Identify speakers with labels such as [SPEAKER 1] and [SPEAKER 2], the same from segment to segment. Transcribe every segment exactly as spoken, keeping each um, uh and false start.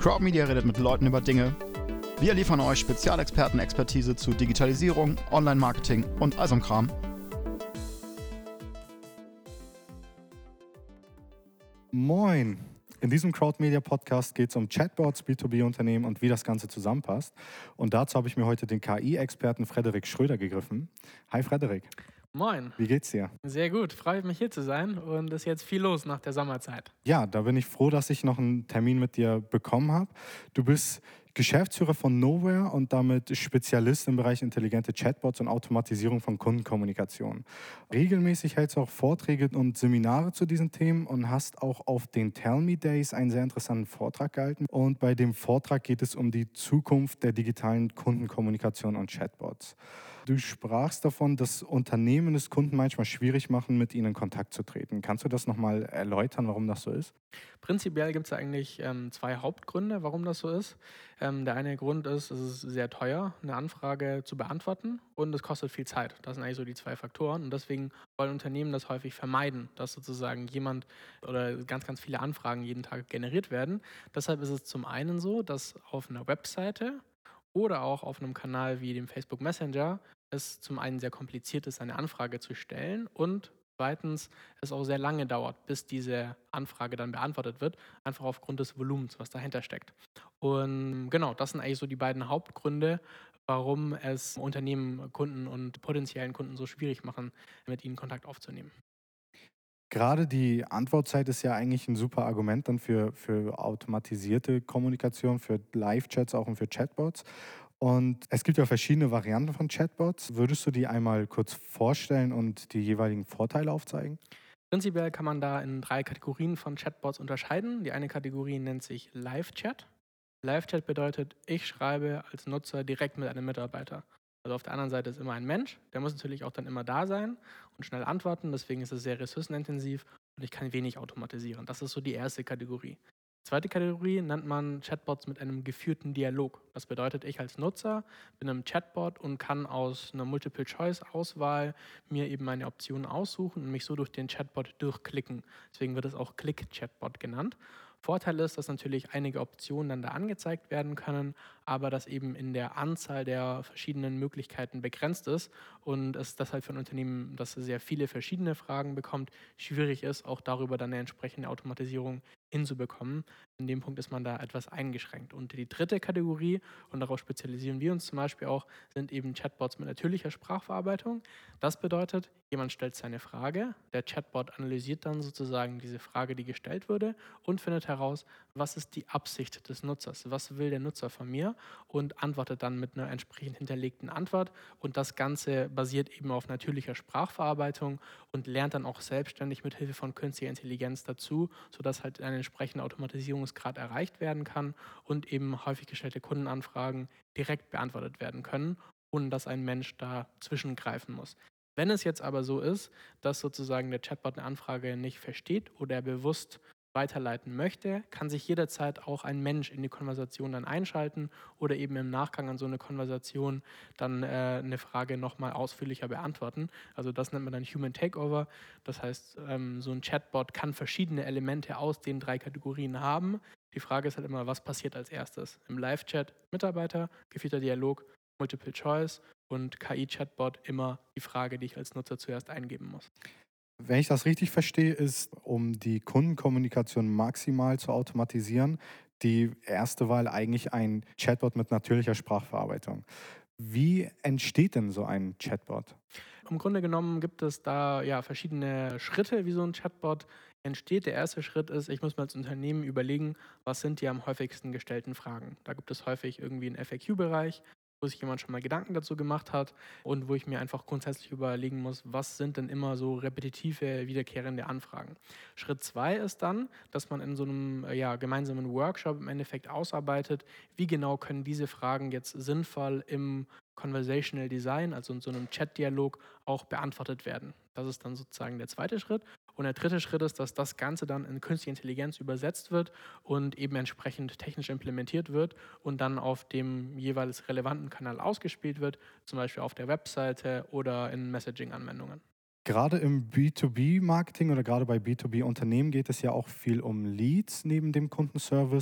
[SPEAKER 1] Crowdmedia redet mit Leuten über Dinge. Wir liefern euch Spezialexperten-Expertise zu Digitalisierung, Online-Marketing und all so einem Kram.
[SPEAKER 2] Moin! In diesem Crowdmedia-Podcast geht es um Chatbots, B zwei B-Unternehmen und wie das Ganze zusammenpasst. Und dazu habe ich mir heute den K I-Experten Frederik Schröder gegriffen. Hi Frederik.
[SPEAKER 3] Moin.
[SPEAKER 2] Wie geht's dir?
[SPEAKER 3] Sehr gut, freue mich hier zu sein und es ist jetzt viel los nach der Sommerzeit.
[SPEAKER 2] Ja, da bin ich froh, dass ich noch einen Termin mit dir bekommen habe. Du bist Geschäftsführer von Nowhere und damit Spezialist im Bereich intelligente Chatbots und Automatisierung von Kundenkommunikation. Regelmäßig hältst du auch Vorträge und Seminare zu diesen Themen und hast auch auf den Tell Me Days einen sehr interessanten Vortrag gehalten. Und bei dem Vortrag geht es um die Zukunft der digitalen Kundenkommunikation und Chatbots. Du sprachst davon, dass Unternehmen es Kunden manchmal schwierig machen, mit ihnen in Kontakt zu treten. Kannst du das nochmal erläutern, warum das so ist?
[SPEAKER 3] Prinzipiell gibt es eigentlich ähm, zwei Hauptgründe, warum das so ist. Ähm, der eine Grund ist, es ist sehr teuer, eine Anfrage zu beantworten und es kostet viel Zeit. Das sind eigentlich so die zwei Faktoren und deswegen wollen Unternehmen das häufig vermeiden, dass sozusagen jemand oder ganz, ganz viele Anfragen jeden Tag generiert werden. Deshalb ist es zum einen so, dass auf einer Webseite oder auch auf einem Kanal wie dem Facebook Messenger es zum einen sehr kompliziert ist, eine Anfrage zu stellen und zweitens es auch sehr lange dauert, bis diese Anfrage dann beantwortet wird, einfach aufgrund des Volumens, was dahinter steckt. Und genau, das sind eigentlich so die beiden Hauptgründe, warum es Unternehmen, Kunden und potenziellen Kunden so schwierig machen, mit ihnen Kontakt aufzunehmen.
[SPEAKER 2] Gerade die Antwortzeit ist ja eigentlich ein super Argument dann für, für automatisierte Kommunikation, für Live-Chats auch und für Chatbots. Und es gibt ja verschiedene Varianten von Chatbots. Würdest du die einmal kurz vorstellen und die jeweiligen Vorteile aufzeigen?
[SPEAKER 3] Prinzipiell kann man da in drei Kategorien von Chatbots unterscheiden. Die eine Kategorie nennt sich Live-Chat. Live-Chat bedeutet, ich schreibe als Nutzer direkt mit einem Mitarbeiter. Also auf der anderen Seite ist immer ein Mensch, der muss natürlich auch dann immer da sein und schnell antworten, deswegen ist es sehr ressourcenintensiv und ich kann wenig automatisieren. Das ist so die erste Kategorie. Die zweite Kategorie nennt man Chatbots mit einem geführten Dialog. Das bedeutet, ich als Nutzer bin im Chatbot und kann aus einer Multiple-Choice-Auswahl mir eben meine Optionen aussuchen und mich so durch den Chatbot durchklicken. Deswegen wird es auch Click-Chatbot genannt. Vorteil ist, dass natürlich einige Optionen dann da angezeigt werden können, aber dass eben in der Anzahl der verschiedenen Möglichkeiten begrenzt ist und es deshalb für ein Unternehmen, das sehr viele verschiedene Fragen bekommt, schwierig ist, auch darüber dann eine entsprechende Automatisierung hinzubekommen. In dem Punkt ist man da etwas eingeschränkt. Und die dritte Kategorie, und darauf spezialisieren wir uns zum Beispiel auch, sind eben Chatbots mit natürlicher Sprachverarbeitung. Das bedeutet, jemand stellt seine Frage, der Chatbot analysiert dann sozusagen diese Frage, die gestellt wurde und findet heraus, was ist die Absicht des Nutzers, was will der Nutzer von mir und antwortet dann mit einer entsprechend hinterlegten Antwort. Und das Ganze basiert eben auf natürlicher Sprachverarbeitung und lernt dann auch selbstständig mit Hilfe von künstlicher Intelligenz dazu, sodass halt ein entsprechender Automatisierungsgrad erreicht werden kann und eben häufig gestellte Kundenanfragen direkt beantwortet werden können, ohne dass ein Mensch da zwischengreifen muss. Wenn es jetzt aber so ist, dass sozusagen der Chatbot eine Anfrage nicht versteht oder er bewusst weiterleiten möchte, kann sich jederzeit auch ein Mensch in die Konversation dann einschalten oder eben im Nachgang an so eine Konversation dann äh, eine Frage nochmal ausführlicher beantworten. Also das nennt man dann Human Takeover. Das heißt, ähm, so ein Chatbot kann verschiedene Elemente aus den drei Kategorien haben. Die Frage ist halt immer, was passiert als erstes? Im Live-Chat Mitarbeiter, geführter Dialog, Multiple Choice und K I-Chatbot immer die Frage, die ich als Nutzer zuerst eingeben muss.
[SPEAKER 2] Wenn ich das richtig verstehe, ist, um die Kundenkommunikation maximal zu automatisieren, die erste Wahl eigentlich ein Chatbot mit natürlicher Sprachverarbeitung. Wie entsteht denn so ein Chatbot?
[SPEAKER 3] Im Grunde genommen gibt es da ja verschiedene Schritte, wie so ein Chatbot entsteht. Der erste Schritt ist, ich muss mir als Unternehmen überlegen, was sind die am häufigsten gestellten Fragen. Da gibt es häufig irgendwie einen F A Q-Bereich, wo sich jemand schon mal Gedanken dazu gemacht hat und wo ich mir einfach grundsätzlich überlegen muss, was sind denn immer so repetitive, wiederkehrende Anfragen. Schritt zwei ist dann, dass man in so einem äh, ja, gemeinsamen Workshop im Endeffekt ausarbeitet, wie genau können diese Fragen jetzt sinnvoll im Conversational Design, also in so einem Chat-Dialog, auch beantwortet werden. Das ist dann sozusagen der zweite Schritt. Und der dritte Schritt ist, dass das Ganze dann in künstliche Intelligenz übersetzt wird und eben entsprechend technisch implementiert wird und dann auf dem jeweils relevanten Kanal ausgespielt wird, zum Beispiel auf der Webseite oder in Messaging-Anwendungen.
[SPEAKER 2] Gerade im B zwei B-Marketing oder gerade bei B zwei B-Unternehmen geht es ja auch viel um Leads neben dem Kundenservice.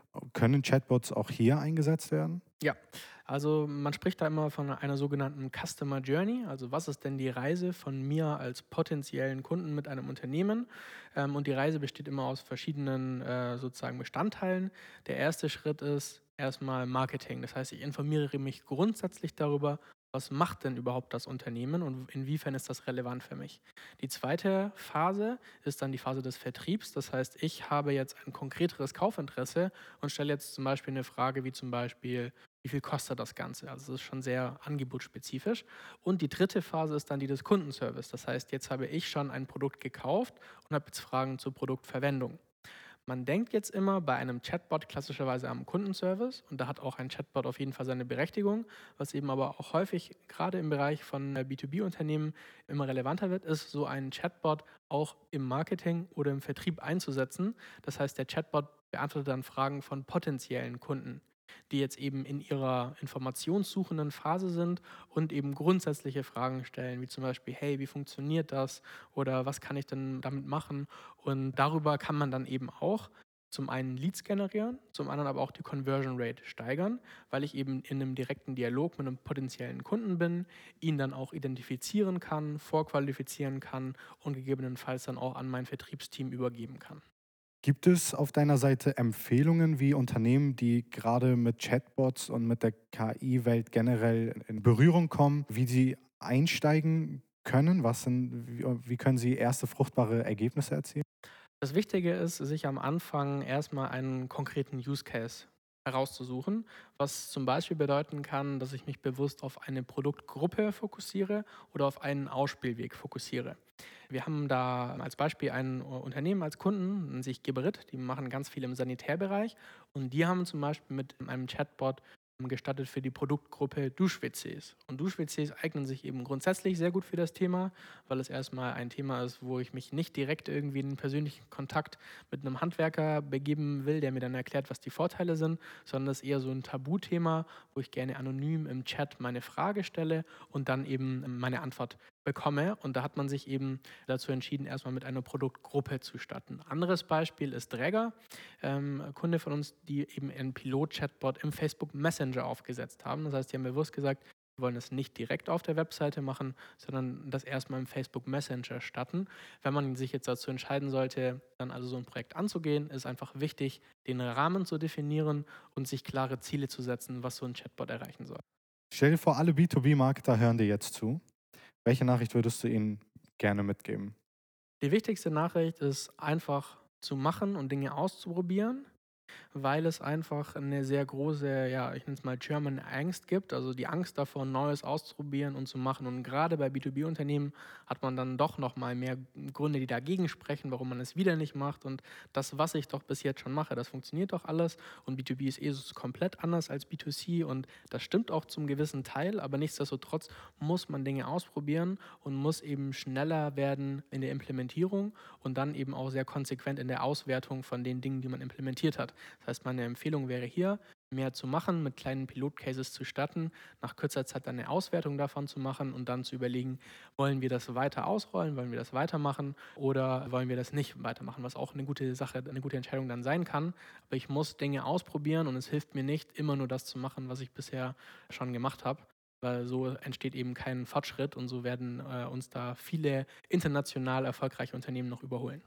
[SPEAKER 2] Können Chatbots auch hier eingesetzt werden?
[SPEAKER 3] Ja, also man spricht da immer von einer sogenannten Customer Journey. Also was ist denn die Reise von mir als potenziellen Kunden mit einem Unternehmen? Ähm, und die Reise besteht immer aus verschiedenen äh, sozusagen Bestandteilen. Der erste Schritt ist erstmal Marketing. Das heißt, ich informiere mich grundsätzlich darüber, was macht denn überhaupt das Unternehmen und inwiefern ist das relevant für mich. Die zweite Phase ist dann die Phase des Vertriebs. Das heißt, ich habe jetzt ein konkreteres Kaufinteresse und stelle jetzt zum Beispiel eine Frage wie zum Beispiel, wie viel kostet das Ganze? Also es ist schon sehr angebotsspezifisch. Und die dritte Phase ist dann die des Kundenservice. Das heißt, jetzt habe ich schon ein Produkt gekauft und habe jetzt Fragen zur Produktverwendung. Man denkt jetzt immer bei einem Chatbot klassischerweise am Kundenservice und da hat auch ein Chatbot auf jeden Fall seine Berechtigung. Was eben aber auch häufig gerade im Bereich von äh, B zwei B-Unternehmen immer relevanter wird, ist so einen Chatbot auch im Marketing oder im Vertrieb einzusetzen. Das heißt, der Chatbot beantwortet dann Fragen von potenziellen Kunden, die jetzt eben in ihrer informationssuchenden Phase sind und eben grundsätzliche Fragen stellen, wie zum Beispiel, hey, wie funktioniert das oder was kann ich denn damit machen? Und darüber kann man dann eben auch zum einen Leads generieren, zum anderen aber auch die Conversion Rate steigern, weil ich eben in einem direkten Dialog mit einem potenziellen Kunden bin, ihn dann auch identifizieren kann, vorqualifizieren kann und gegebenenfalls dann auch an mein Vertriebsteam übergeben kann.
[SPEAKER 2] Gibt es auf deiner Seite Empfehlungen, wie Unternehmen, die gerade mit Chatbots und mit der K I-Welt generell in Berührung kommen, wie sie einsteigen können? Was sind, wie, wie können sie erste fruchtbare Ergebnisse erzielen?
[SPEAKER 3] Das Wichtige ist, sich am Anfang erstmal einen konkreten Use Case herauszusuchen, was zum Beispiel bedeuten kann, dass ich mich bewusst auf eine Produktgruppe fokussiere oder auf einen Ausspielweg fokussiere. Wir haben da als Beispiel ein Unternehmen als Kunden, nennt sich Geberit, die machen ganz viel im Sanitärbereich und die haben zum Beispiel mit einem Chatbot gestattet für die Produktgruppe Dusch-W Cs. Und Dusch-W Cs eignen sich eben grundsätzlich sehr gut für das Thema, weil es erstmal ein Thema ist, wo ich mich nicht direkt irgendwie in einen persönlichen Kontakt mit einem Handwerker begeben will, der mir dann erklärt, was die Vorteile sind, sondern es ist eher so ein Tabuthema, wo ich gerne anonym im Chat meine Frage stelle und dann eben meine Antwort bekomme. Und da hat man sich eben dazu entschieden, erstmal mit einer Produktgruppe zu starten. Anderes Beispiel ist Dräger, ähm, Kunde von uns, die eben einen Pilot-Chatbot im Facebook Messenger aufgesetzt haben. Das heißt, die haben bewusst gesagt, wir wollen es nicht direkt auf der Webseite machen, sondern das erstmal im Facebook Messenger starten. Wenn man sich jetzt dazu entscheiden sollte, dann also so ein Projekt anzugehen, ist einfach wichtig, den Rahmen zu definieren und sich klare Ziele zu setzen, was so ein Chatbot erreichen soll.
[SPEAKER 2] Stell dir vor, alle B zwei B-Marketer hören dir jetzt zu. Welche Nachricht würdest du ihnen gerne mitgeben?
[SPEAKER 3] Die wichtigste Nachricht ist einfach zu machen und Dinge auszuprobieren, weil es einfach eine sehr große, ja, ich nenne es mal German Angst gibt, also die Angst davor, Neues auszuprobieren und zu machen. Und gerade bei B zwei B-Unternehmen hat man dann doch nochmal mehr Gründe, die dagegen sprechen, warum man es wieder nicht macht. Und das, was ich doch bis jetzt schon mache, das funktioniert doch alles. Und B zwei B ist eh so komplett anders als B zwei C und das stimmt auch zum gewissen Teil, aber nichtsdestotrotz muss man Dinge ausprobieren und muss eben schneller werden in der Implementierung und dann eben auch sehr konsequent in der Auswertung von den Dingen, die man implementiert hat. Das heißt, meine Empfehlung wäre hier, mehr zu machen, mit kleinen Pilotcases zu starten, nach kürzer Zeit dann eine Auswertung davon zu machen und dann zu überlegen, wollen wir das weiter ausrollen, wollen wir das weitermachen oder wollen wir das nicht weitermachen, was auch eine gute Sache, eine gute Entscheidung dann sein kann. Aber ich muss Dinge ausprobieren und es hilft mir nicht, immer nur das zu machen, was ich bisher schon gemacht habe. Weil so entsteht eben kein Fortschritt und so werden äh, uns da viele international erfolgreiche Unternehmen noch überholen.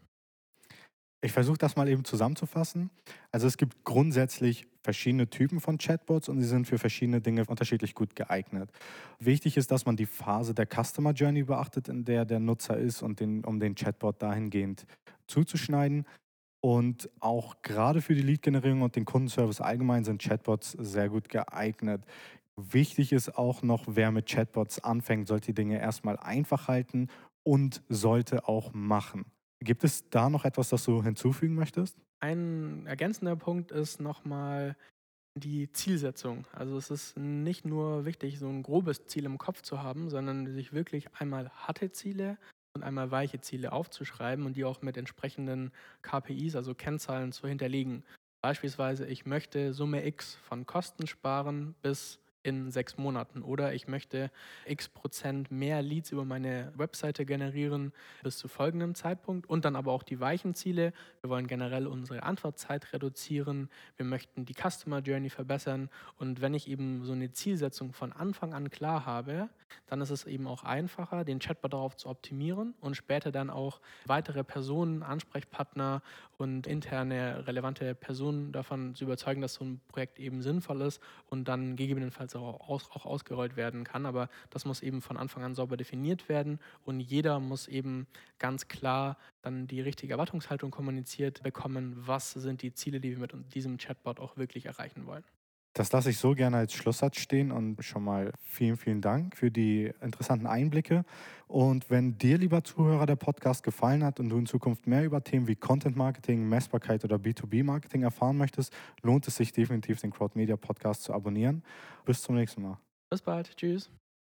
[SPEAKER 2] Ich versuche das mal eben zusammenzufassen. Also es gibt grundsätzlich verschiedene Typen von Chatbots und sie sind für verschiedene Dinge unterschiedlich gut geeignet. Wichtig ist, dass man die Phase der Customer Journey beachtet, in der der Nutzer ist, und den, um den Chatbot dahingehend zuzuschneiden. Und auch gerade für die Lead-Generierung und den Kundenservice allgemein sind Chatbots sehr gut geeignet. Wichtig ist auch noch, wer mit Chatbots anfängt, sollte die Dinge erstmal einfach halten und sollte auch machen. Gibt es da noch etwas, das du hinzufügen möchtest?
[SPEAKER 3] Ein ergänzender Punkt ist nochmal die Zielsetzung. Also es ist nicht nur wichtig, so ein grobes Ziel im Kopf zu haben, sondern sich wirklich einmal harte Ziele und einmal weiche Ziele aufzuschreiben und die auch mit entsprechenden K P Is, also Kennzahlen, zu hinterlegen. Beispielsweise, ich möchte Summe X von Kosten sparen bis in sechs Monaten. Oder ich möchte x Prozent mehr Leads über meine Webseite generieren bis zu folgendem Zeitpunkt. Und dann aber auch die weichen Ziele. Wir wollen generell unsere Antwortzeit reduzieren. Wir möchten die Customer Journey verbessern. Und wenn ich eben so eine Zielsetzung von Anfang an klar habe, dann ist es eben auch einfacher, den Chatbot darauf zu optimieren und später dann auch weitere Personen, Ansprechpartner und interne relevante Personen davon zu überzeugen, dass so ein Projekt eben sinnvoll ist und dann gegebenenfalls auch, aus, auch ausgerollt werden kann. Aber das muss eben von Anfang an sauber definiert werden und jeder muss eben ganz klar dann die richtige Erwartungshaltung kommuniziert bekommen, was sind die Ziele, die wir mit diesem Chatbot auch wirklich erreichen wollen.
[SPEAKER 2] Das lasse ich so gerne als Schlusssatz stehen und schon mal vielen, vielen Dank für die interessanten Einblicke. Und wenn dir, lieber Zuhörer, der Podcast gefallen hat und du in Zukunft mehr über Themen wie Content Marketing, Messbarkeit oder B zwei B Marketing erfahren möchtest, lohnt es sich definitiv, den Crowd Media Podcast zu abonnieren. Bis zum nächsten Mal.
[SPEAKER 3] Bis bald. Tschüss.